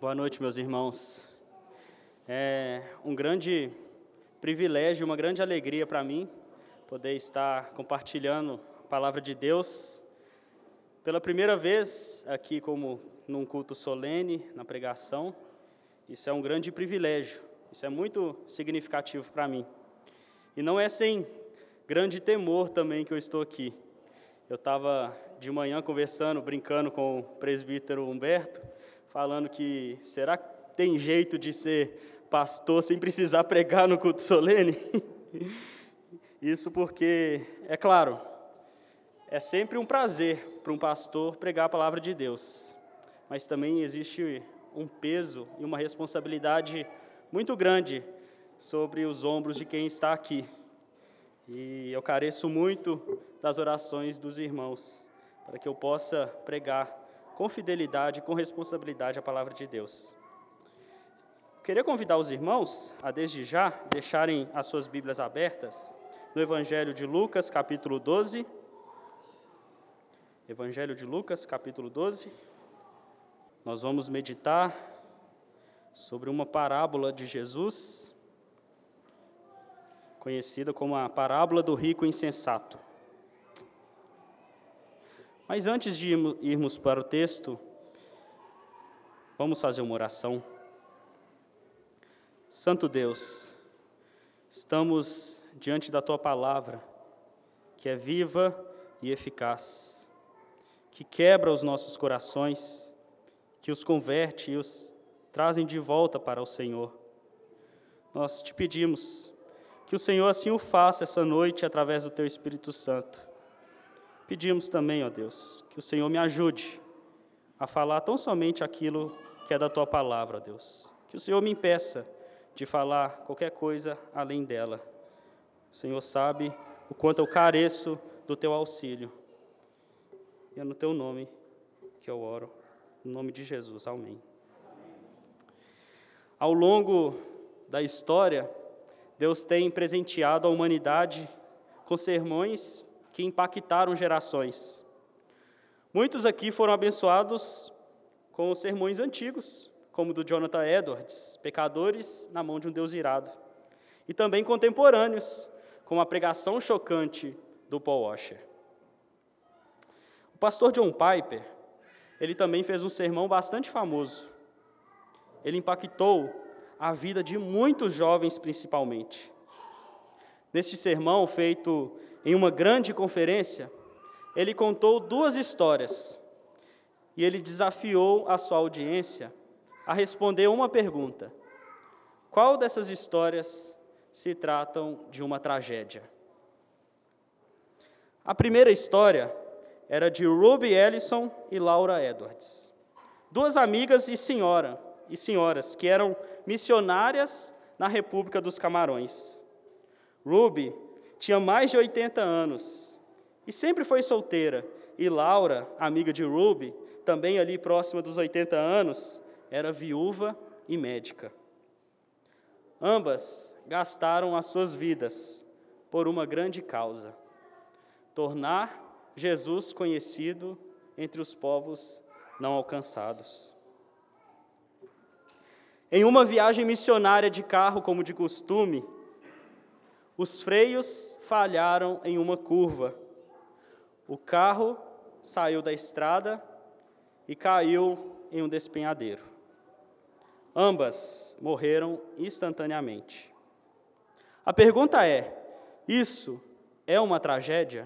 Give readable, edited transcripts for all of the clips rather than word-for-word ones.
Boa noite, meus irmãos. É um grande privilégio, uma grande alegria para mim poder estar compartilhando a palavra de Deus pela primeira vez aqui como num culto solene, na pregação. Isso é um grande privilégio, isso é muito significativo para mim. E não é sem grande temor também que eu estou aqui. Eu estava de manhã conversando, brincando com o presbítero Humberto, falando que será que tem jeito de ser pastor sem precisar pregar no culto solene? Isso porque, é claro, é sempre um prazer para um pastor pregar a palavra de Deus, mas também existe um peso e uma responsabilidade muito grande sobre os ombros de quem está aqui. E eu careço muito das orações dos irmãos, para que eu possa pregar com fidelidade, com responsabilidade a palavra de Deus. Queria convidar os irmãos a, desde já, deixarem as suas Bíblias abertas no Evangelho de Lucas, capítulo 12. Evangelho de Lucas, capítulo 12. Nós vamos meditar sobre uma parábola de Jesus, conhecida como a parábola do rico insensato. Mas antes de irmos para o texto, vamos fazer uma oração. Santo Deus, estamos diante da Tua palavra, que é viva e eficaz, que quebra os nossos corações, que os converte e os trazem de volta para o Senhor. Nós te pedimos que o Senhor assim o faça essa noite através do Teu Espírito Santo. Pedimos também, ó Deus, que o Senhor me ajude a falar tão somente aquilo que é da Tua palavra, ó Deus. Que o Senhor me impeça de falar qualquer coisa além dela. O Senhor sabe o quanto eu careço do Teu auxílio. E é no Teu nome que eu oro, no nome de Jesus. Amém. Ao longo da história, Deus tem presenteado a humanidade com sermões que impactaram gerações. Muitos aqui foram abençoados com os sermões antigos, como o do Jonathan Edwards, Pecadores na mão de um Deus irado, e também contemporâneos, como a pregação chocante do Paul Washer. O pastor John Piper, ele também fez um sermão bastante famoso. Ele impactou a vida de muitos jovens, principalmente. Neste sermão, feito em uma grande conferência, ele contou duas histórias e ele desafiou a sua audiência a responder uma pergunta: qual dessas histórias se tratam de uma tragédia? A primeira história era de Ruby Ellison e Laura Edwards, duas amigas e senhoras que eram missionárias na República dos Camarões. Ruby tinha mais de 80 anos e sempre foi solteira, e Laura, amiga de Ruby, também ali próxima dos 80 anos, era viúva e médica. Ambas gastaram as suas vidas por uma grande causa: tornar Jesus conhecido entre os povos não alcançados. Em uma viagem missionária de carro, como de costume, os freios falharam em uma curva. O carro saiu da estrada e caiu em um despenhadeiro. Ambas morreram instantaneamente. A pergunta é: isso é uma tragédia?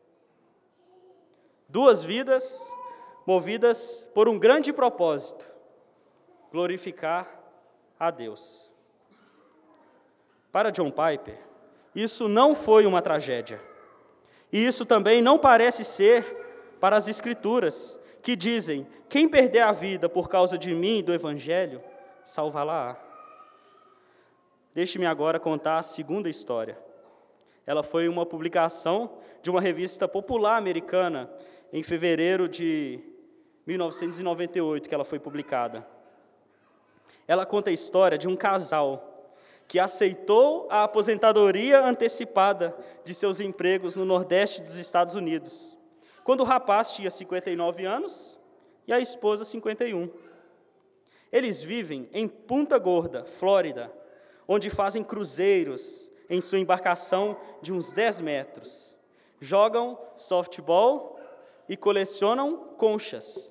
Duas vidas movidas por um grande propósito: glorificar a Deus. Para John Piper, isso não foi uma tragédia. E isso também não parece ser para as Escrituras, que dizem: quem perder a vida por causa de mim e do Evangelho, salvá-la-á. Deixe-me agora contar a segunda história. Ela foi uma publicação de uma revista popular americana em fevereiro de 1998 que ela foi publicada. Ela conta a história de um casal que aceitou a aposentadoria antecipada de seus empregos no Nordeste dos Estados Unidos, quando o rapaz tinha 59 anos e a esposa 51. Eles vivem em Punta Gorda, Flórida, onde fazem cruzeiros em sua embarcação de uns 10 metros. Jogam softball e colecionam conchas.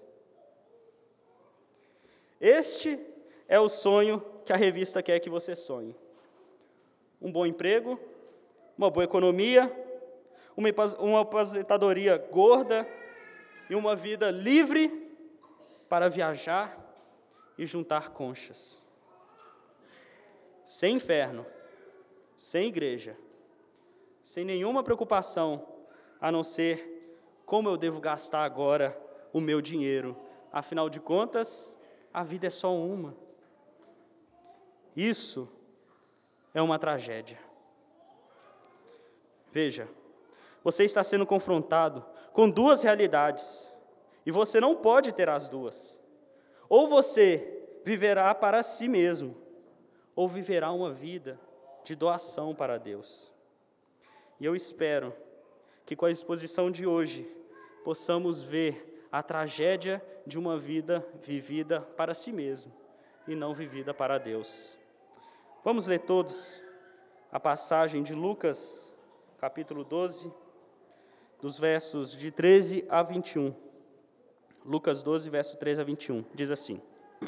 Este é o sonho que a revista quer que você sonhe. Um bom emprego, uma boa economia, uma aposentadoria gorda e uma vida livre para viajar e juntar conchas. Sem inferno, sem igreja, sem nenhuma preocupação, a não ser como eu devo gastar agora o meu dinheiro. Afinal de contas, a vida é só uma. Isso é uma tragédia. Veja, você está sendo confrontado com duas realidades, e você não pode ter as duas. Ou você viverá para si mesmo, ou viverá uma vida de doação para Deus. E eu espero que com a exposição de hoje, possamos ver a tragédia de uma vida vivida para si mesmo, e não vivida para Deus. Vamos ler todos a passagem de Lucas, capítulo 12, dos versos de 13 a 21. Lucas 12, verso 13 a 21, diz assim: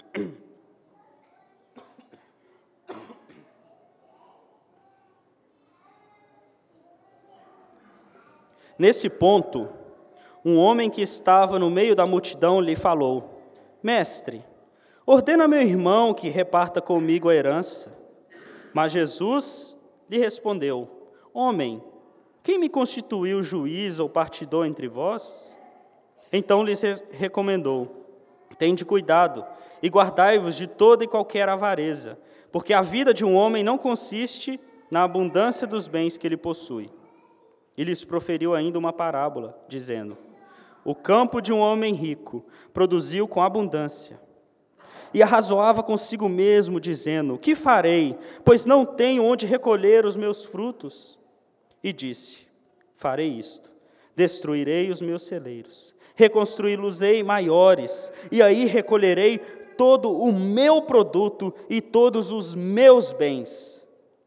Nesse ponto, um homem que estava no meio da multidão lhe falou: Mestre, ordena meu irmão que reparta comigo a herança. Mas Jesus lhe respondeu: Homem, quem me constituiu juiz ou partidor entre vós? Então lhes recomendou: Tende cuidado e guardai-vos de toda e qualquer avareza, porque a vida de um homem não consiste na abundância dos bens que ele possui. E lhes proferiu ainda uma parábola, dizendo: O campo de um homem rico produziu com abundância. E arrazoava consigo mesmo, dizendo: Que farei, pois não tenho onde recolher os meus frutos? E disse: Farei isto: destruirei os meus celeiros, reconstruí-los-ei maiores, e aí recolherei todo o meu produto e todos os meus bens.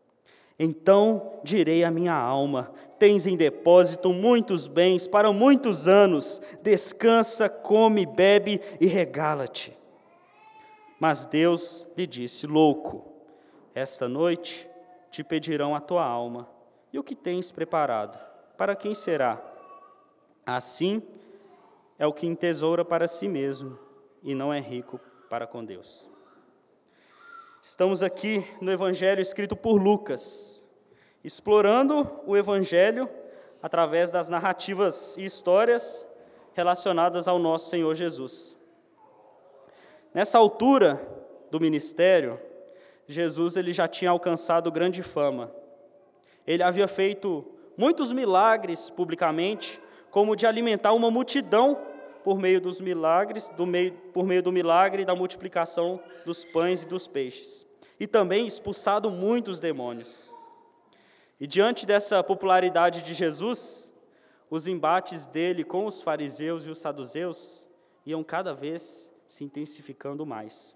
Então direi à minha alma: Tens em depósito muitos bens para muitos anos, descansa, come, bebe e regala-te. Mas Deus lhe disse: Louco, esta noite te pedirão a tua alma, e o que tens preparado, para quem será? Assim é o que entesoura para si mesmo, e não é rico para com Deus. Estamos aqui no Evangelho escrito por Lucas, explorando o Evangelho através das narrativas e histórias relacionadas ao nosso Senhor Jesus. Nessa altura do ministério, Jesus ele já tinha alcançado grande fama. Ele havia feito muitos milagres publicamente, como de alimentar uma multidão por meio dos milagres, por meio do milagre da multiplicação dos pães e dos peixes, e também expulsado muitos demônios. E diante dessa popularidade de Jesus, os embates dele com os fariseus e os saduceus iam cada vez se intensificando mais.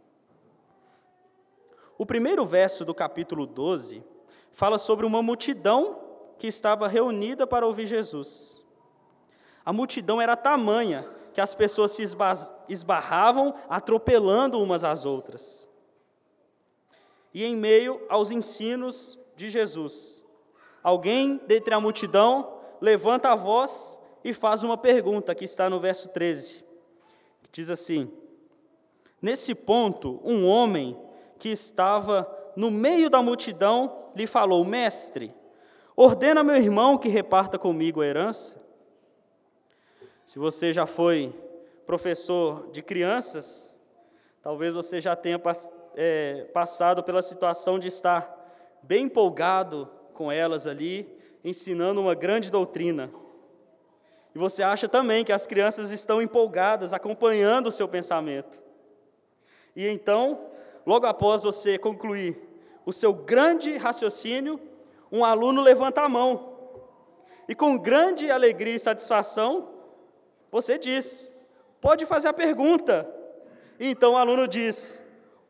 O primeiro verso do capítulo 12 fala sobre uma multidão que estava reunida para ouvir Jesus. A multidão era tamanha que as pessoas se esbarravam, atropelando umas às outras. E em meio aos ensinos de Jesus, alguém dentre a multidão levanta a voz e faz uma pergunta, que está no verso 13, que diz assim: Nesse ponto, um homem que estava no meio da multidão lhe falou: Mestre, ordena meu irmão que reparta comigo a herança. Se você já foi professor de crianças, talvez você já tenha passado pela situação de estar bem empolgado com elas ali, ensinando uma grande doutrina. E você acha também que as crianças estão empolgadas, acompanhando o seu pensamento. E então, logo após você concluir o seu grande raciocínio, um aluno levanta a mão. E com grande alegria e satisfação, você diz: Pode fazer a pergunta. E então o aluno diz: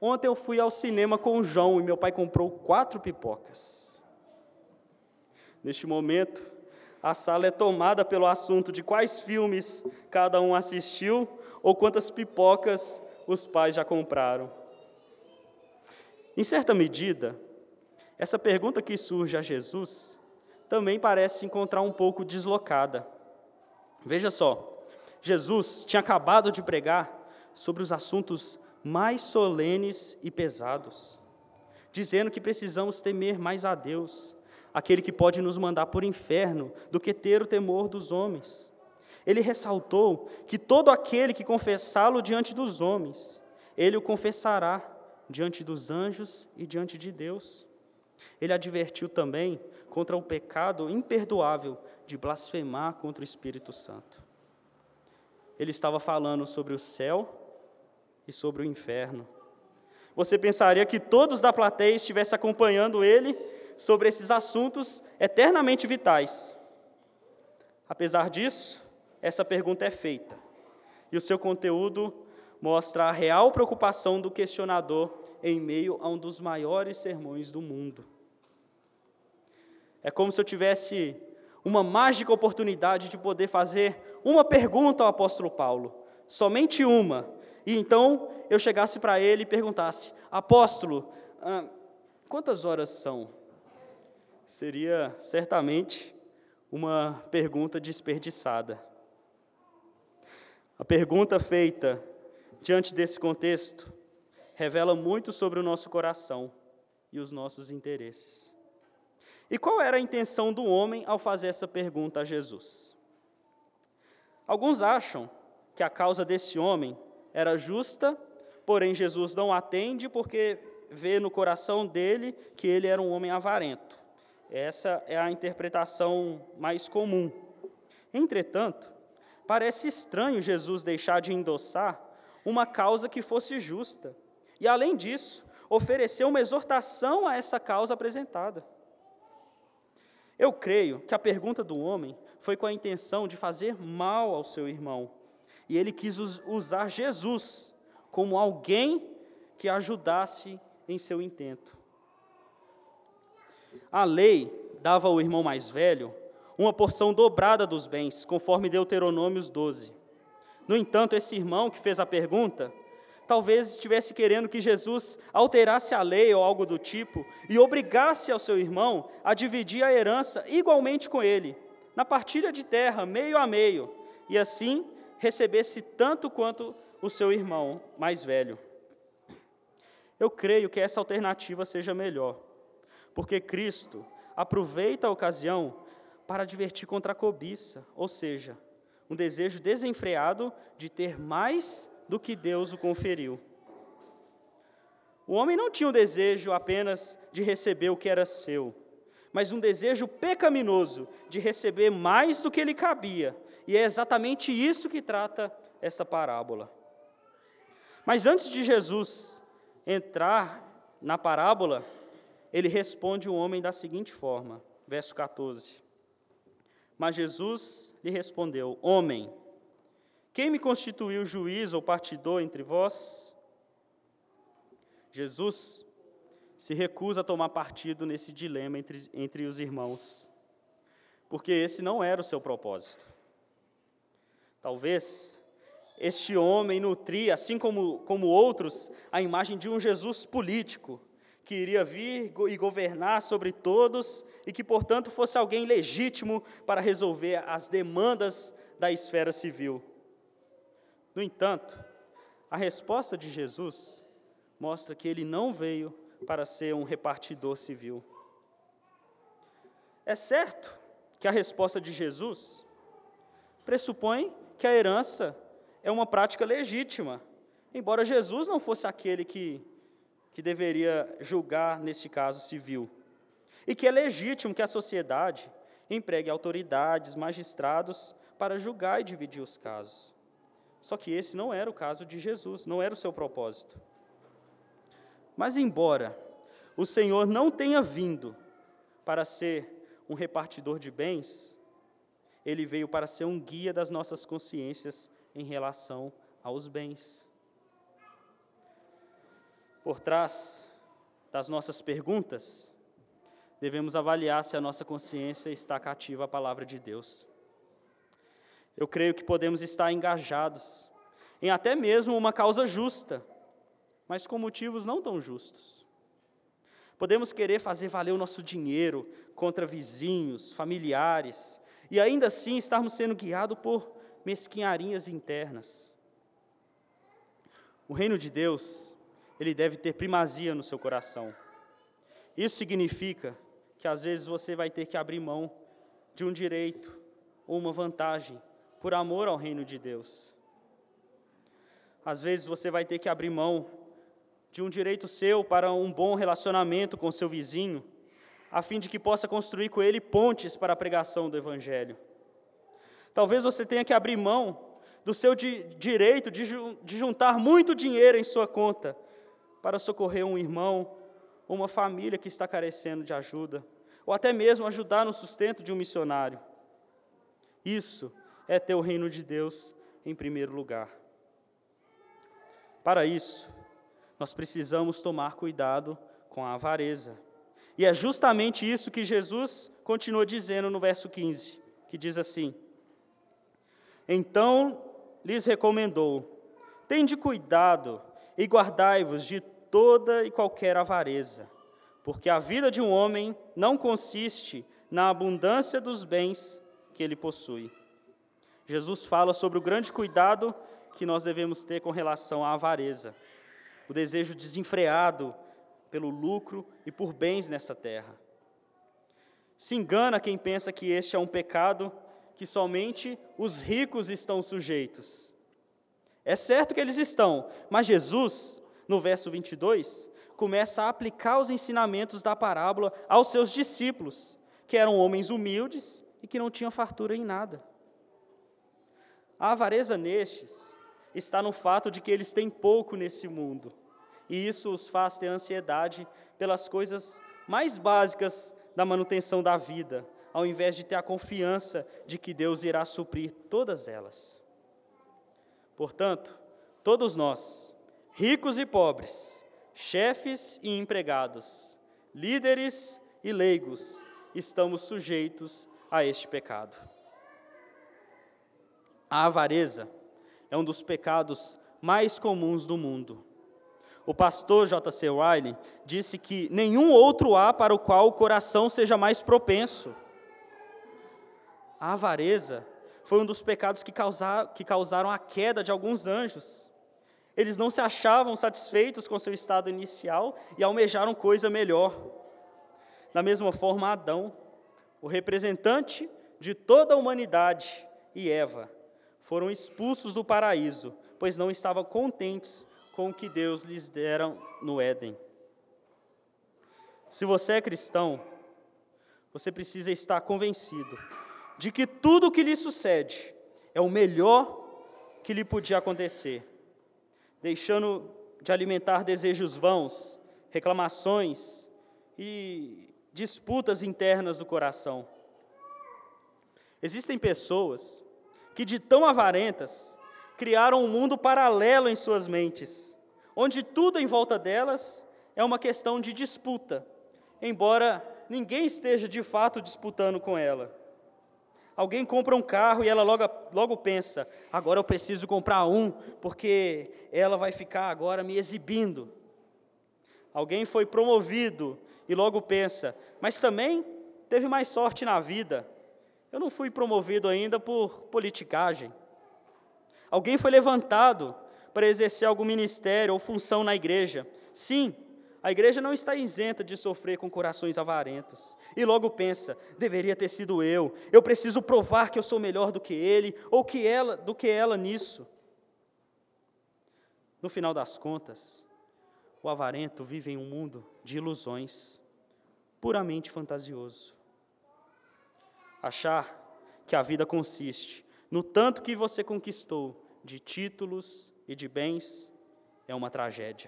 Ontem eu fui ao cinema com o João e meu pai comprou 4 pipocas. Neste momento, a sala é tomada pelo assunto de quais filmes cada um assistiu ou quantas pipocas os pais já compraram. Em certa medida, essa pergunta que surge a Jesus também parece se encontrar um pouco deslocada. Veja só, Jesus tinha acabado de pregar sobre os assuntos mais solenes e pesados, dizendo que precisamos temer mais a Deus, aquele que pode nos mandar para o inferno do que ter o temor dos homens. Ele ressaltou que todo aquele que confessá-lo diante dos homens, ele o confessará diante dos anjos e diante de Deus. Ele advertiu também contra o pecado imperdoável de blasfemar contra o Espírito Santo. Ele estava falando sobre o céu e sobre o inferno. Você pensaria que todos da plateia estivessem acompanhando ele sobre esses assuntos eternamente vitais. Apesar disso, essa pergunta é feita, e o seu conteúdo mostra a real preocupação do questionador em meio a um dos maiores sermões do mundo. É como se eu tivesse uma mágica oportunidade de poder fazer uma pergunta ao apóstolo Paulo, somente uma, e então eu chegasse para ele e perguntasse: apóstolo, quantas horas são? Seria certamente uma pergunta desperdiçada. A pergunta feita diante desse contexto revela muito sobre o nosso coração e os nossos interesses. E qual era a intenção do homem ao fazer essa pergunta a Jesus? Alguns acham que a causa desse homem era justa, porém Jesus não atende porque vê no coração dele que ele era um homem avarento. Essa é a interpretação mais comum. Entretanto, parece estranho Jesus deixar de endossar uma causa que fosse justa e, além disso, oferecer uma exortação a essa causa apresentada. Eu creio que a pergunta do homem foi com a intenção de fazer mal ao seu irmão, e ele quis usar Jesus como alguém que ajudasse em seu intento. A lei dava ao irmão mais velho uma porção dobrada dos bens, conforme Deuteronômios 12. No entanto, esse irmão que fez a pergunta, talvez estivesse querendo que Jesus alterasse a lei ou algo do tipo e obrigasse ao seu irmão a dividir a herança igualmente com ele, na partilha de terra, meio a meio, e assim recebesse tanto quanto o seu irmão mais velho. Eu creio que essa alternativa seja melhor, porque Cristo aproveita a ocasião para advertir contra a cobiça, ou seja, um desejo desenfreado de ter mais do que Deus o conferiu. O homem não tinha um desejo apenas de receber o que era seu, mas um desejo pecaminoso de receber mais do que lhe cabia, e é exatamente isso que trata essa parábola. Mas antes de Jesus entrar na parábola, ele responde o homem da seguinte forma, verso 14. Mas Jesus lhe respondeu: homem, quem me constituiu juiz ou partidor entre vós? Jesus se recusa a tomar partido nesse dilema entre os irmãos, porque esse não era o seu propósito. Talvez este homem nutria, assim como outros, a imagem de um Jesus político, que iria vir e governar sobre todos e que, portanto, fosse alguém legítimo para resolver as demandas da esfera civil. No entanto, a resposta de Jesus mostra que ele não veio para ser um repartidor civil. É certo que a resposta de Jesus pressupõe que a herança é uma prática legítima, embora Jesus não fosse aquele que deveria julgar nesse caso civil, e que é legítimo que a sociedade empregue autoridades, magistrados, para julgar e dividir os casos. Só que esse não era o caso de Jesus, não era o seu propósito. Mas embora o Senhor não tenha vindo para ser um repartidor de bens, ele veio para ser um guia das nossas consciências em relação aos bens. Por trás das nossas perguntas, devemos avaliar se a nossa consciência está cativa à palavra de Deus. Eu creio que podemos estar engajados em até mesmo uma causa justa, mas com motivos não tão justos. Podemos querer fazer valer o nosso dinheiro contra vizinhos, familiares, e ainda assim estarmos sendo guiados por mesquinharias internas. O reino de Deus, ele deve ter primazia no seu coração. Isso significa que às vezes você vai ter que abrir mão de um direito ou uma vantagem por amor ao reino de Deus. Às vezes você vai ter que abrir mão de um direito seu para um bom relacionamento com seu vizinho, a fim de que possa construir com ele pontes para a pregação do Evangelho. Talvez você tenha que abrir mão do seu direito de juntar muito dinheiro em sua conta para socorrer um irmão ou uma família que está carecendo de ajuda, ou até mesmo ajudar no sustento de um missionário. Isso é ter o reino de Deus em primeiro lugar. Para isso, nós precisamos tomar cuidado com a avareza. E é justamente isso que Jesus continua dizendo no verso 15, que diz assim: Então lhes recomendou: tende cuidado e guardai-vos de toda e qualquer avareza, porque a vida de um homem não consiste na abundância dos bens que ele possui. Jesus fala sobre o grande cuidado que nós devemos ter com relação à avareza, o desejo desenfreado pelo lucro e por bens nessa terra. Se engana quem pensa que este é um pecado que somente os ricos estão sujeitos. É certo que eles estão, mas Jesus, no verso 22, começa a aplicar os ensinamentos da parábola aos seus discípulos, que eram homens humildes e que não tinham fartura em nada. A avareza nestes está no fato de que eles têm pouco nesse mundo, e isso os faz ter ansiedade pelas coisas mais básicas da manutenção da vida, ao invés de ter a confiança de que Deus irá suprir todas elas. Portanto, todos nós, ricos e pobres, chefes e empregados, líderes e leigos, estamos sujeitos a este pecado. A avareza é um dos pecados mais comuns do mundo. O pastor J.C. Ryle disse que nenhum outro há para o qual o coração seja mais propenso. A avareza foi um dos pecados que causaram a queda de alguns anjos. Eles não se achavam satisfeitos com seu estado inicial e almejaram coisa melhor. Da mesma forma, Adão, o representante de toda a humanidade, e Eva, foram expulsos do paraíso, pois não estavam contentes com o que Deus lhes dera no Éden. Se você é cristão, você precisa estar convencido de que tudo o que lhe sucede é o melhor que lhe podia acontecer, deixando de alimentar desejos vãos, reclamações e disputas internas do coração. Existem pessoas que, de tão avarentas, criaram um mundo paralelo em suas mentes, onde tudo em volta delas é uma questão de disputa, embora ninguém esteja de fato disputando com ela. Alguém compra um carro e ela logo pensa: agora eu preciso comprar um, porque ela vai ficar agora me exibindo. Alguém foi promovido e logo pensa: mas também teve mais sorte na vida. Eu não fui promovido ainda por politicagem. Alguém foi levantado para exercer algum ministério ou função na igreja. Sim, a igreja não está isenta de sofrer com corações avarentos. E logo pensa: deveria ter sido eu preciso provar que eu sou melhor do que ele, ou do que ela nisso. No final das contas, o avarento vive em um mundo de ilusões, puramente fantasioso. Achar que a vida consiste no tanto que você conquistou de títulos e de bens é uma tragédia.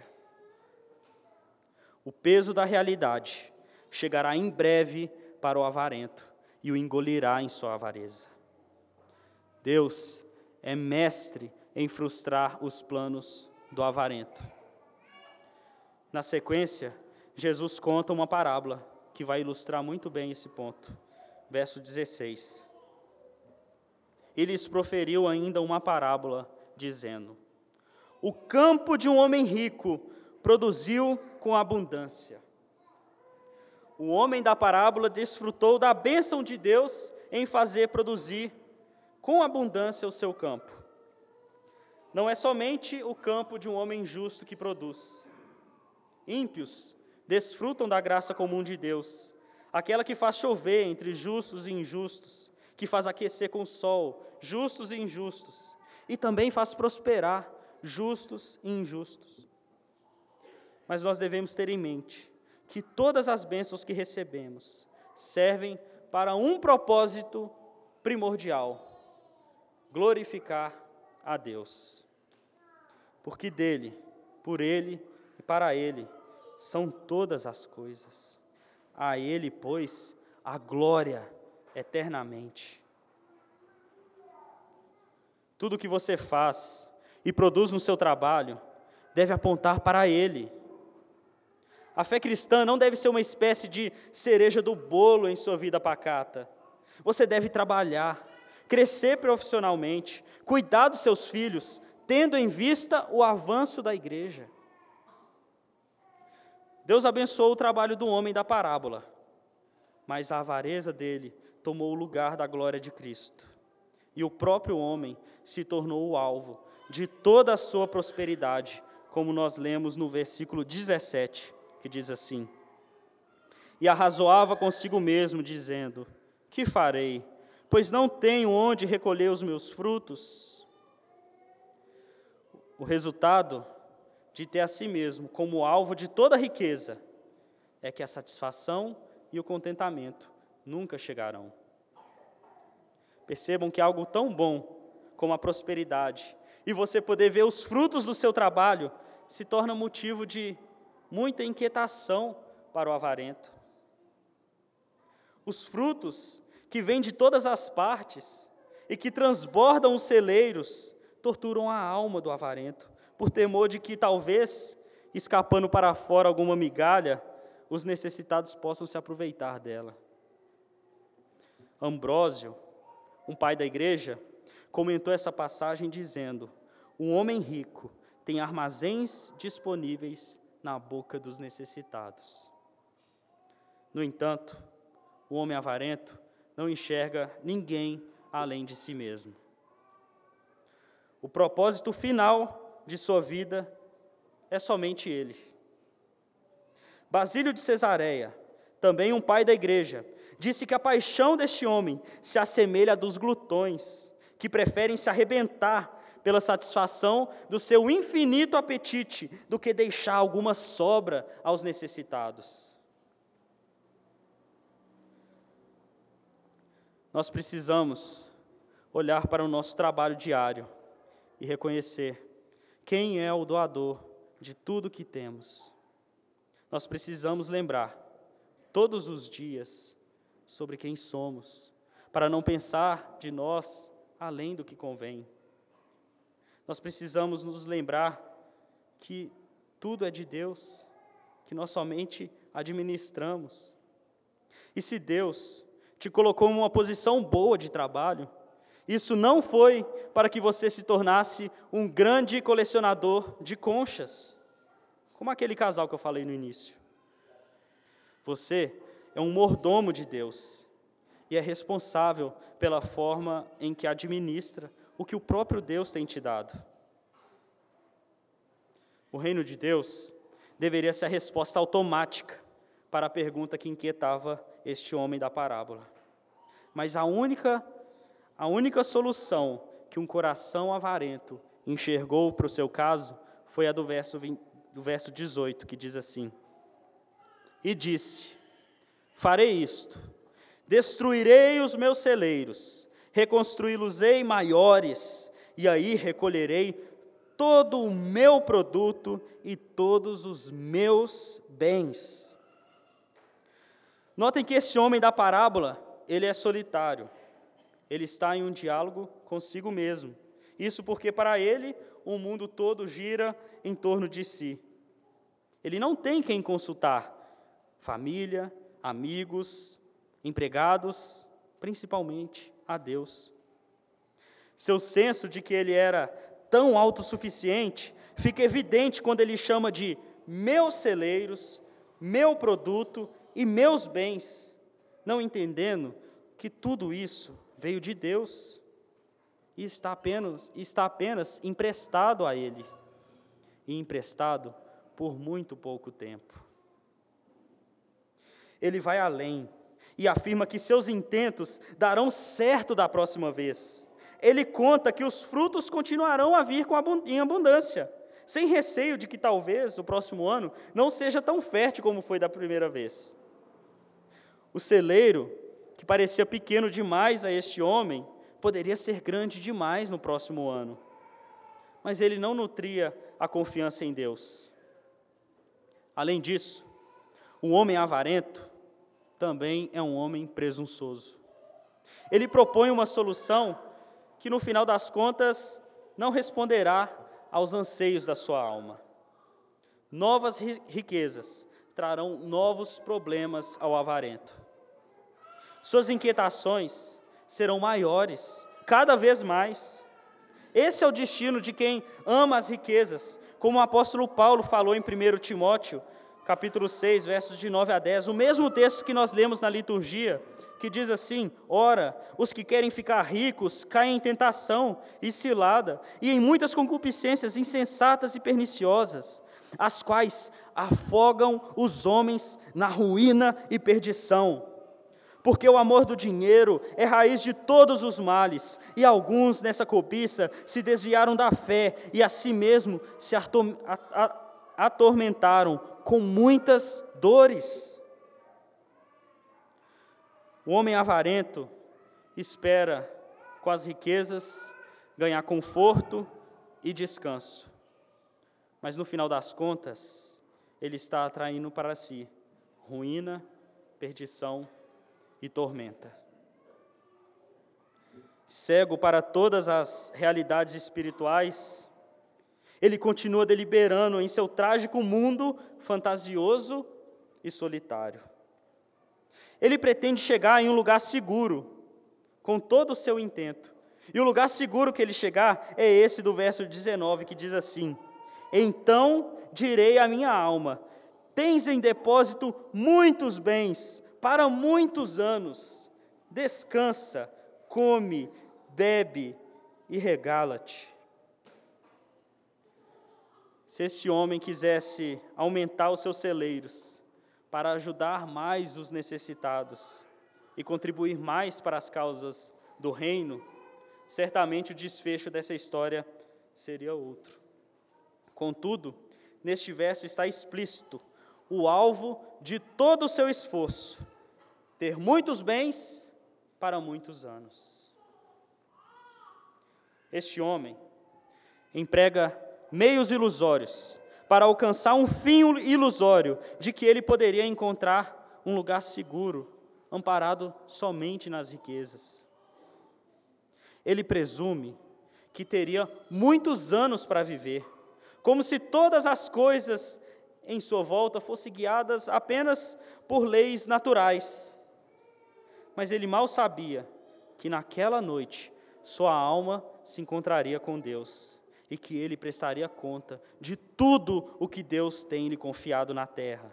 O peso da realidade chegará em breve para o avarento e o engolirá em sua avareza. Deus é mestre em frustrar os planos do avarento. Na sequência, Jesus conta uma parábola que vai ilustrar muito bem esse ponto. Verso 16. E lhes proferiu ainda uma parábola, dizendo: o campo de um homem rico produziu com abundância. O homem da parábola desfrutou da bênção de Deus em fazer produzir com abundância o seu campo. Não é somente o campo de um homem justo que produz. Ímpios desfrutam da graça comum de Deus, aquela que faz chover entre justos e injustos, que faz aquecer com o sol justos e injustos, e também faz prosperar justos e injustos. Mas nós devemos ter em mente que todas as bênçãos que recebemos servem para um propósito primordial: glorificar a Deus. Porque dele, por ele e para ele são todas as coisas. A ele, pois, a glória eternamente. Tudo que você faz e produz no seu trabalho deve apontar para ele. A fé cristã não deve ser uma espécie de cereja do bolo em sua vida pacata. Você deve trabalhar, crescer profissionalmente, cuidar dos seus filhos, tendo em vista o avanço da igreja. Deus abençoou o trabalho do homem da parábola, mas a avareza dele tomou o lugar da glória de Cristo. E o próprio homem se tornou o alvo de toda a sua prosperidade, como nós lemos no versículo 17, que diz assim: e arrazoava consigo mesmo, dizendo: que farei? Pois não tenho onde recolher os meus frutos. O resultado de ter a si mesmo como alvo de toda a riqueza é que a satisfação e o contentamento nunca chegarão. Percebam que algo tão bom como a prosperidade e você poder ver os frutos do seu trabalho se torna motivo de muita inquietação para o avarento. Os frutos que vêm de todas as partes e que transbordam os celeiros torturam a alma do avarento, por temor de que talvez, escapando para fora alguma migalha, os necessitados possam se aproveitar dela. Ambrósio, um pai da igreja, comentou essa passagem dizendo: um homem rico tem armazéns disponíveis na boca dos necessitados. No entanto, o homem avarento não enxerga ninguém além de si mesmo. O propósito final de sua vida é somente ele. Basílio de Cesareia, também um pai da igreja, disse que a paixão deste homem se assemelha à dos glutões, que preferem se arrebentar pela satisfação do seu infinito apetite do que deixar alguma sobra aos necessitados. Nós precisamos olhar para o nosso trabalho diário e reconhecer quem é o doador de tudo que temos. Nós precisamos lembrar todos os dias sobre quem somos, para não pensar de nós além do que convém. Nós precisamos nos lembrar que tudo é de Deus, que nós somente administramos. E se Deus te colocou em uma posição boa de trabalho, isso não foi para que você se tornasse um grande colecionador de conchas, como aquele casal que eu falei no início. Você é um mordomo de Deus e é responsável pela forma em que administra o que o próprio Deus tem te dado. O reino de Deus deveria ser a resposta automática para a pergunta que inquietava este homem da parábola. Mas a única solução que um coração avarento enxergou para o seu caso foi a do verso 18, que diz assim: e disse: farei isto, destruirei os meus celeiros, reconstruí-los-ei maiores, e aí recolherei todo o meu produto e todos os meus bens. Notem que esse homem da parábola, ele é solitário. Ele está em um diálogo consigo mesmo. Isso porque para ele o mundo todo gira em torno de si. Ele não tem quem consultar. Família, amigos, empregados, principalmente a Deus. Seu senso de que ele era tão autossuficiente fica evidente quando ele chama de meus celeiros, meu produto e meus bens, não entendendo que tudo isso veio de Deus e está apenas emprestado a ele, e emprestado por muito pouco tempo. Ele vai além e afirma que seus intentos darão certo da próxima vez. Ele conta que os frutos continuarão a vir em abundância, sem receio de que talvez o próximo ano não seja tão fértil como foi da primeira vez. O celeiro, que parecia pequeno demais a este homem, poderia ser grande demais no próximo ano. Mas ele não nutria a confiança em Deus. Além disso, o homem avarento também é um homem presunçoso. Ele propõe uma solução que, no final das contas, não responderá aos anseios da sua alma. Novas riquezas trarão novos problemas ao avarento. Suas inquietações serão maiores, cada vez mais. Esse é o destino de quem ama as riquezas, como o apóstolo Paulo falou em 1 Timóteo, capítulo 6, versos de 9 a 10, o mesmo texto que nós lemos na liturgia, que diz assim: ora, os que querem ficar ricos caem em tentação e cilada, e em muitas concupiscências insensatas e perniciosas, as quais afogam os homens na ruína e perdição. Porque o amor do dinheiro é raiz de todos os males, e alguns nessa cobiça se desviaram da fé e a si mesmo se atormentaram com muitas dores. O homem avarento espera, com as riquezas, ganhar conforto e descanso. Mas no final das contas, ele está atraindo para si ruína, perdição e tormenta. Cego para todas as realidades espirituais, ele continua deliberando em seu trágico mundo fantasioso e solitário. Ele pretende chegar em um lugar seguro, com todo o seu intento. E o lugar seguro que ele chegar é esse do verso 19, que diz assim: então direi à minha alma, tens em depósito muitos bens, para muitos anos, descansa, come, bebe e regala-te. Se esse homem quisesse aumentar os seus celeiros, para ajudar mais os necessitados e contribuir mais para as causas do reino, certamente o desfecho dessa história seria outro. Contudo, neste verso está explícito o alvo de todo o seu esforço: ter muitos bens para muitos anos. Este homem emprega meios ilusórios para alcançar um fim ilusório de que ele poderia encontrar um lugar seguro, amparado somente nas riquezas. Ele presume que teria muitos anos para viver, como se todas as coisas em sua volta fossem guiadas apenas por leis naturais. Mas ele mal sabia que naquela noite sua alma se encontraria com Deus e que ele prestaria conta de tudo o que Deus tem lhe confiado na terra.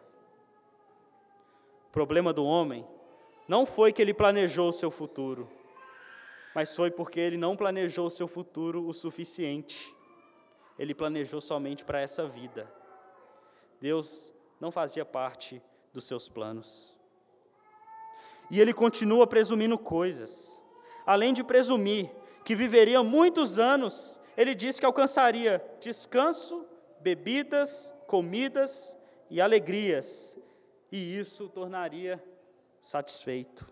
O problema do homem não foi que ele planejou o seu futuro, mas foi porque ele não planejou o seu futuro o suficiente. Ele planejou somente para essa vida. Deus não fazia parte dos seus planos. E ele continua presumindo coisas. Além de presumir que viveria muitos anos, ele diz que alcançaria descanso, bebidas, comidas e alegrias, e isso o tornaria satisfeito.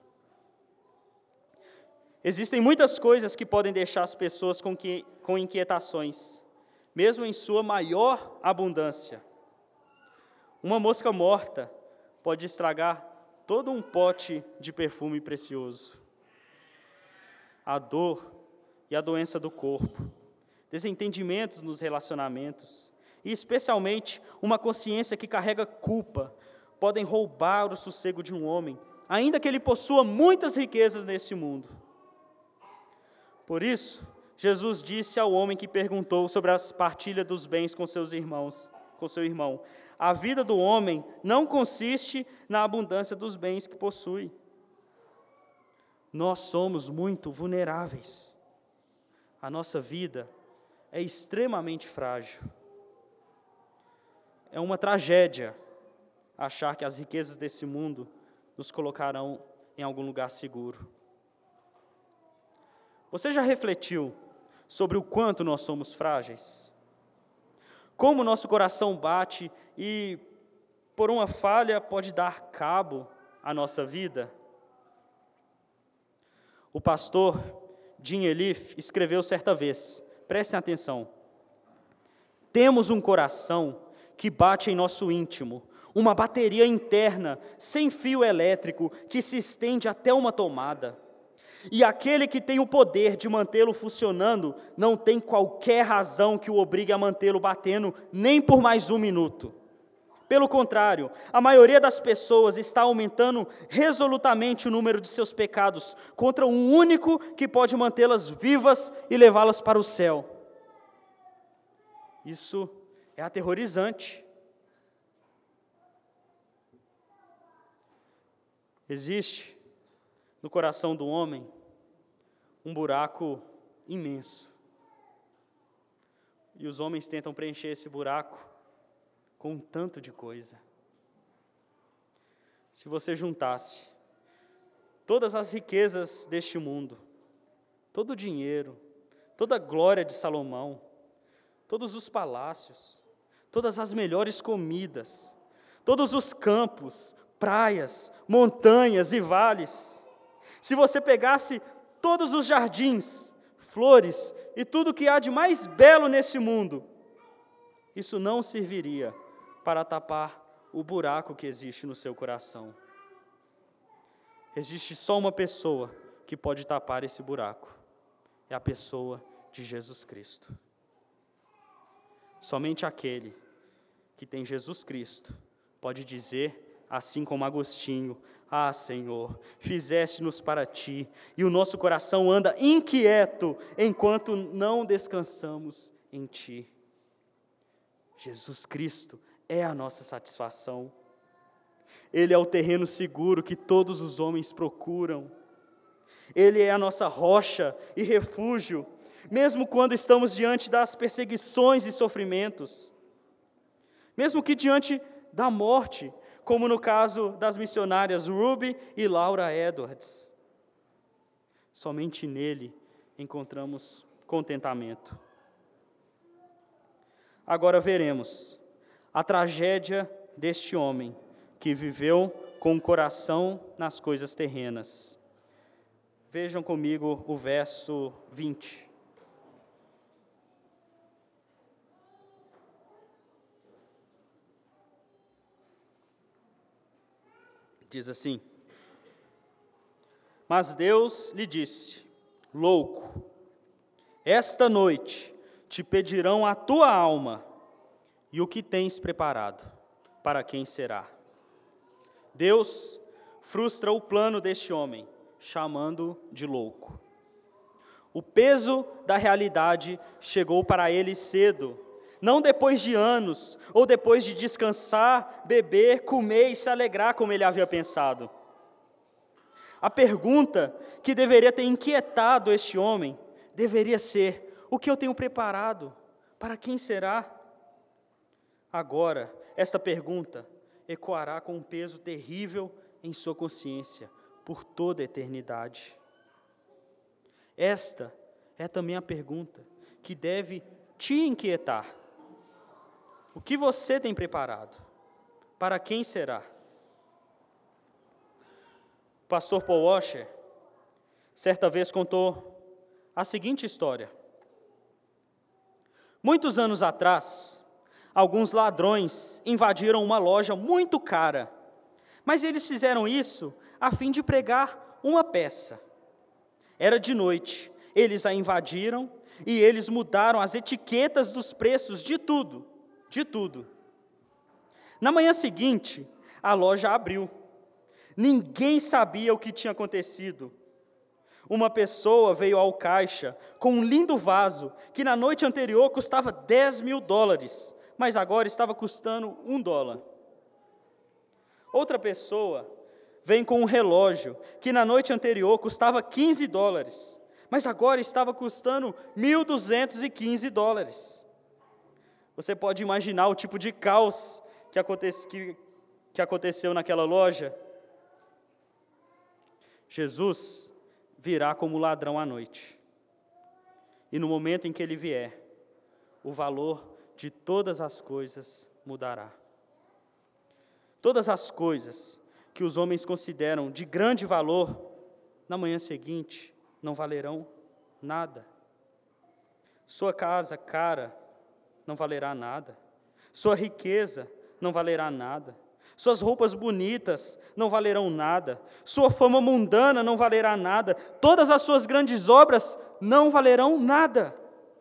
Existem muitas coisas que podem deixar as pessoas com inquietações, mesmo em sua maior abundância. Uma mosca morta pode estragar todo um pote de perfume precioso. A dor e a doença do corpo, desentendimentos nos relacionamentos e especialmente uma consciência que carrega culpa, podem roubar o sossego de um homem, ainda que ele possua muitas riquezas nesse mundo. Por isso, Jesus disse ao homem que perguntou sobre a partilha dos bens com seu irmão: a vida do homem não consiste na abundância dos bens que possui. Nós somos muito vulneráveis. A nossa vida é extremamente frágil. É uma tragédia achar que as riquezas desse mundo nos colocarão em algum lugar seguro. Você já refletiu sobre o quanto nós somos frágeis? Como nosso coração bate e, por uma falha, pode dar cabo à nossa vida? O pastor Jim Elif escreveu certa vez, prestem atenção: temos um coração que bate em nosso íntimo, uma bateria interna, sem fio elétrico, que se estende até uma tomada. E aquele que tem o poder de mantê-lo funcionando, não tem qualquer razão que o obrigue a mantê-lo batendo, nem por mais um minuto. Pelo contrário, a maioria das pessoas está aumentando resolutamente o número de seus pecados, contra um único que pode mantê-las vivas e levá-las para o céu. Isso é aterrorizante. Existe no coração do homem um buraco imenso. E os homens tentam preencher esse buraco com um tanto de coisa. Se você juntasse todas as riquezas deste mundo, todo o dinheiro, toda a glória de Salomão, todos os palácios, todas as melhores comidas, todos os campos, praias, montanhas e vales, se você pegasse todos os jardins, flores e tudo que há de mais belo nesse mundo, isso não serviria para tapar o buraco que existe no seu coração. Existe só uma pessoa que pode tapar esse buraco, é a pessoa de Jesus Cristo. Somente aquele que tem Jesus Cristo pode dizer, assim como Agostinho: ah, Senhor, fizeste-nos para ti, e o nosso coração anda inquieto enquanto não descansamos em ti. Jesus Cristo é a nossa satisfação. Ele é o terreno seguro que todos os homens procuram. Ele é a nossa rocha e refúgio, mesmo quando estamos diante das perseguições e sofrimentos, mesmo que diante da morte, como no caso das missionárias Ruby e Laura Edwards. Somente nele encontramos contentamento. Agora veremos a tragédia deste homem que viveu com o coração nas coisas terrenas. Vejam comigo o verso 20. Diz assim: mas Deus lhe disse: louco, esta noite te pedirão a tua alma, e o que tens preparado, para quem será? Deus frustra o plano deste homem, chamando-o de louco. O peso da realidade chegou para ele cedo, não depois de anos, ou depois de descansar, beber, comer e se alegrar como ele havia pensado. A pergunta que deveria ter inquietado este homem deveria ser: o que eu tenho preparado? Para quem será? Agora, essa pergunta ecoará com um peso terrível em sua consciência por toda a eternidade. Esta é também a pergunta que deve te inquietar. O que você tem preparado? Para quem será? O pastor Paul Washer, certa vez, contou a seguinte história. Muitos anos atrás, alguns ladrões invadiram uma loja muito cara, mas eles fizeram isso a fim de pregar uma peça. Era de noite, eles a invadiram e eles mudaram as etiquetas dos preços de tudo. de tudo. Na manhã seguinte, a loja abriu. Ninguém sabia o que tinha acontecido. Uma pessoa veio ao caixa com um lindo vaso que na noite anterior custava $10.000, mas agora estava custando $1. Outra pessoa vem com um relógio que na noite anterior custava $15, mas agora estava custando $1.215. Você pode imaginar o tipo de caos que aconteceu naquela loja? Jesus virá como ladrão à noite. E no momento em que ele vier, o valor de todas as coisas mudará. Todas as coisas que os homens consideram de grande valor, na manhã seguinte, não valerão nada. Sua casa cara não valerá nada. Sua riqueza não valerá nada. Suas roupas bonitas não valerão nada. Sua fama mundana não valerá nada. Todas as suas grandes obras não valerão nada.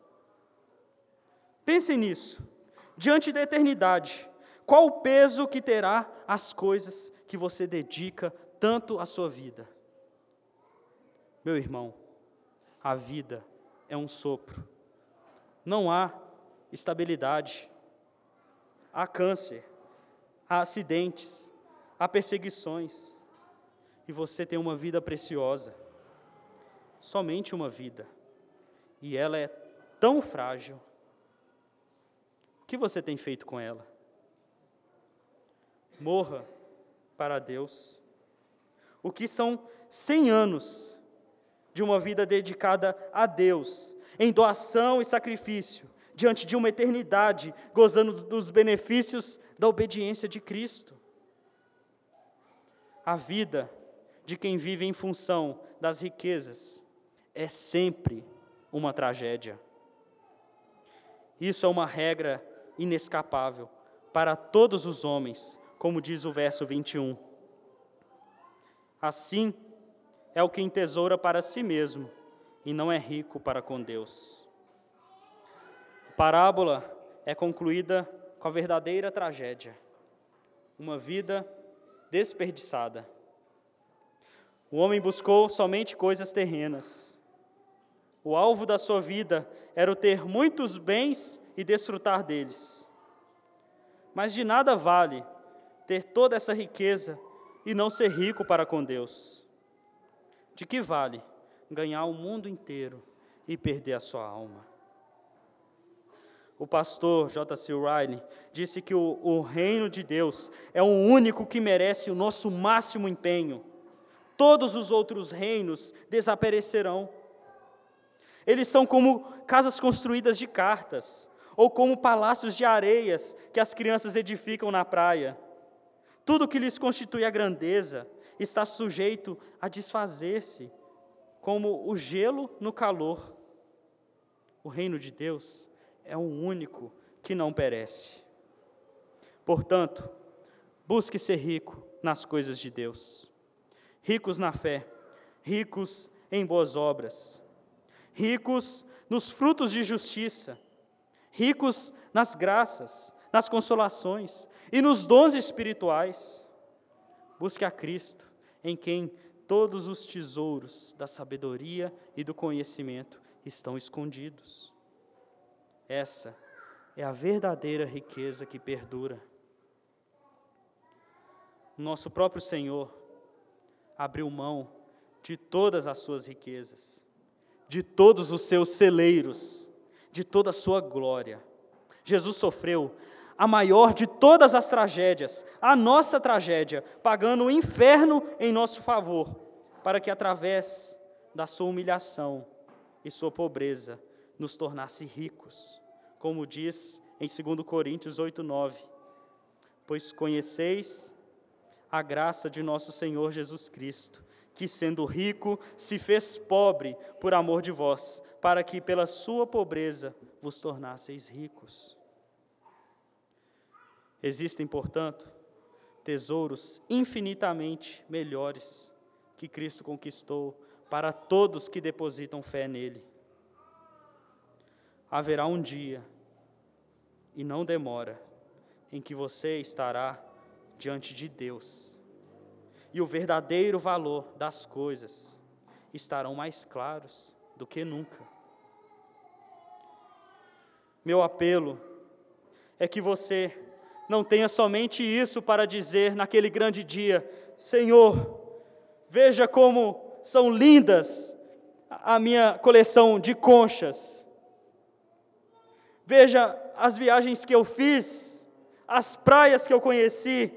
Pensem nisso. Diante da eternidade, qual o peso que terá as coisas que você dedica tanto à sua vida? Meu irmão, a vida é um sopro. Não há estabilidade. Há câncer. Há acidentes, há perseguições, e você tem uma vida preciosa, somente uma vida, e ela é tão frágil. O que você tem feito com ela? Morra para Deus. O que são 100 anos de uma vida dedicada a Deus, em doação e sacrifício, diante de uma eternidade, gozando dos benefícios da obediência de Cristo? A vida de quem vive em função das riquezas é sempre uma tragédia. Isso é uma regra inescapável para todos os homens, como diz o verso 21. Assim é o que entesoura para si mesmo e não é rico para com Deus. A parábola é concluída com a verdadeira tragédia, uma vida desperdiçada. O homem buscou somente coisas terrenas. O alvo da sua vida era o ter muitos bens e desfrutar deles. Mas de nada vale ter toda essa riqueza e não ser rico para com Deus. De que vale ganhar o mundo inteiro e perder a sua alma? O pastor J.C. Ryle disse que o reino de Deus é o único que merece o nosso máximo empenho. Todos os outros reinos desaparecerão. Eles são como casas construídas de cartas, ou como palácios de areias que as crianças edificam na praia. Tudo que lhes constitui a grandeza está sujeito a desfazer-se, como o gelo no calor. O reino de Deus é o único que não perece. Portanto, busque ser rico nas coisas de Deus. Ricos na fé, ricos em boas obras, ricos nos frutos de justiça, ricos nas graças, nas consolações e nos dons espirituais. Busque a Cristo, em quem todos os tesouros da sabedoria e do conhecimento estão escondidos. Essa é a verdadeira riqueza que perdura. Nosso próprio Senhor abriu mão de todas as suas riquezas, de todos os seus celeiros, de toda a sua glória. Jesus sofreu a maior de todas as tragédias, a nossa tragédia, pagando o inferno em nosso favor, para que através da sua humilhação e sua pobreza nos tornasse ricos, como diz em 2 Coríntios 8:9. Pois conheceis a graça de nosso Senhor Jesus Cristo, que sendo rico, se fez pobre por amor de vós, para que pela sua pobreza vos tornasseis ricos. Existem, portanto, tesouros infinitamente melhores que Cristo conquistou para todos que depositam fé nele. Haverá um dia, e não demora, em que você estará diante de Deus. E o verdadeiro valor das coisas estarão mais claros do que nunca. Meu apelo é que você não tenha somente isso para dizer naquele grande dia: Senhor, veja como são lindas a minha coleção de conchas. Veja as viagens que eu fiz, as praias que eu conheci.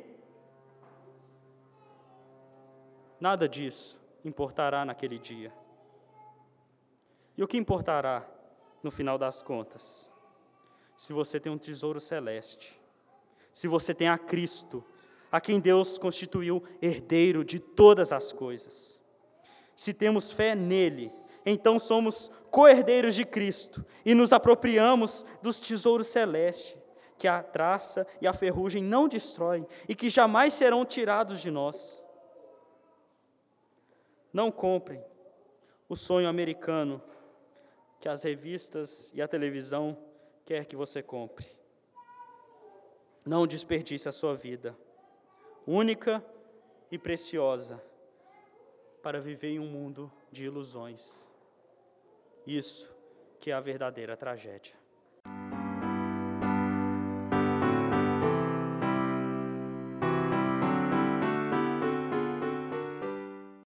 Nada disso importará naquele dia. E o que importará no final das contas? Se você tem um tesouro celeste, se você tem a Cristo, a quem Deus constituiu herdeiro de todas as coisas. Se temos fé nele, então somos co-herdeiros de Cristo e nos apropriamos dos tesouros celestes, que a traça e a ferrugem não destroem e que jamais serão tirados de nós. Não comprem o sonho americano que as revistas e a televisão quer que você compre. Não desperdice a sua vida, única e preciosa, para viver em um mundo de ilusões. Isso que é a verdadeira tragédia.